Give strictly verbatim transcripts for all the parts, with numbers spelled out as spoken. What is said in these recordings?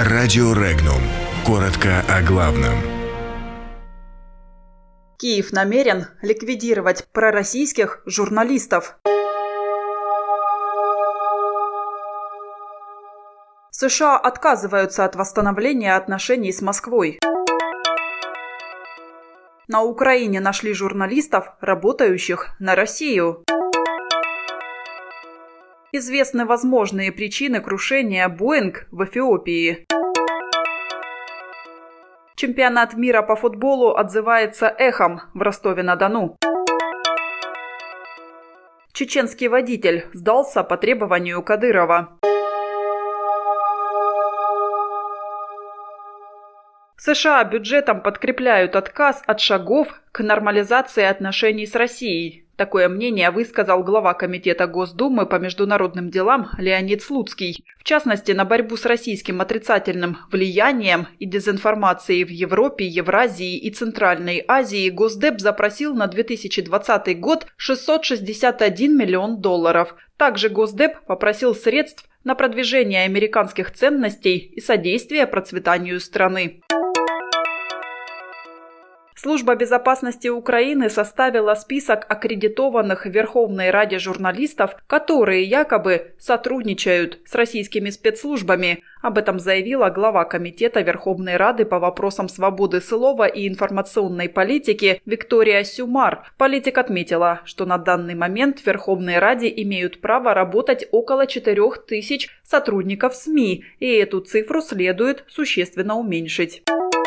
Радио Регнум. Коротко о главном. Киев намерен ликвидировать пророссийских журналистов. США отказываются от восстановления отношений с Москвой. На Украине нашли журналистов, работающих на Россию. Известны возможные причины крушения Боинг в Эфиопии. Чемпионат мира по футболу отзывается эхом в Ростове-на-Дону. Чеченский водитель сдался по требованию Кадырова. США бюджетом подкрепляют отказ от шагов к нормализации отношений с Россией. Такое мнение высказал глава Комитета Госдумы по международным делам Леонид Слуцкий. В частности, на борьбу с российским отрицательным влиянием и дезинформацией в Европе, Евразии и Центральной Азии Госдеп запросил на две тысячи двадцатый год шестьсот шестьдесят один миллион долларов. Также Госдеп попросил средств на продвижение американских ценностей и содействие процветанию страны. Служба безопасности Украины составила список аккредитованных в Верховной Раде журналистов, которые якобы сотрудничают с российскими спецслужбами. Об этом заявила глава Комитета Верховной Рады по вопросам свободы слова и информационной политики Виктория Сюмар. Политик отметила, что на данный момент в Верховной Раде имеют право работать около четырех тысяч сотрудников СМИ, и эту цифру следует существенно уменьшить.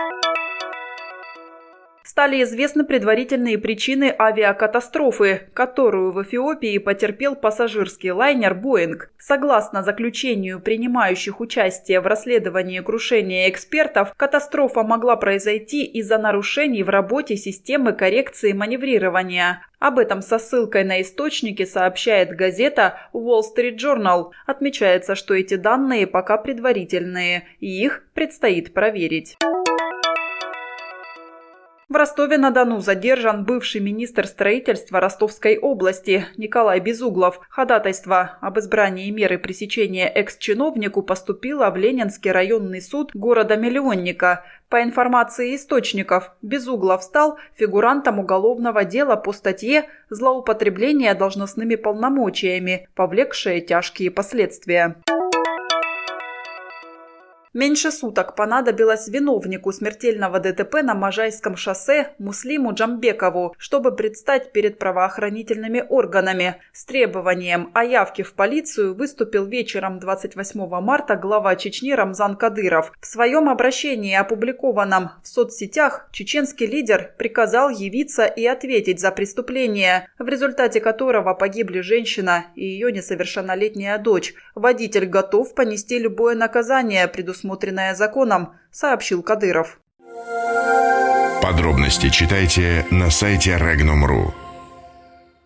Стали известны предварительные причины авиакатастрофы, которую в Эфиопии потерпел пассажирский лайнер «Боинг». Согласно заключению принимающих участие в расследовании крушения экспертов, катастрофа могла произойти из-за нарушений в работе системы коррекции маневрирования. Об этом со ссылкой на источники сообщает газета Wall Street Journal. Отмечается, что эти данные пока предварительные, и их предстоит проверить. В Ростове-на-Дону задержан бывший министр строительства Ростовской области Николай Безуглов. Ходатайство об избрании меры пресечения экс-чиновнику поступило в Ленинский районный суд города-миллионника. По информации источников, Безуглов стал фигурантом уголовного дела по статье «Злоупотребление должностными полномочиями, повлекшее тяжкие последствия». Меньше суток понадобилось виновнику смертельного ДТП на Можайском шоссе Муслиму Джамбекову, чтобы предстать перед правоохранительными органами. С требованием о явке в полицию выступил вечером двадцать восьмого марта глава Чечни Рамзан Кадыров. В своем обращении, опубликованном в соцсетях, чеченский лидер приказал явиться и ответить за преступление, в результате которого погибли женщина и ее несовершеннолетняя дочь. Водитель готов понести любое наказание, предусмотренное Смотренное законом, сообщил Кадыров. Подробности читайте на сайте регнум точка ру.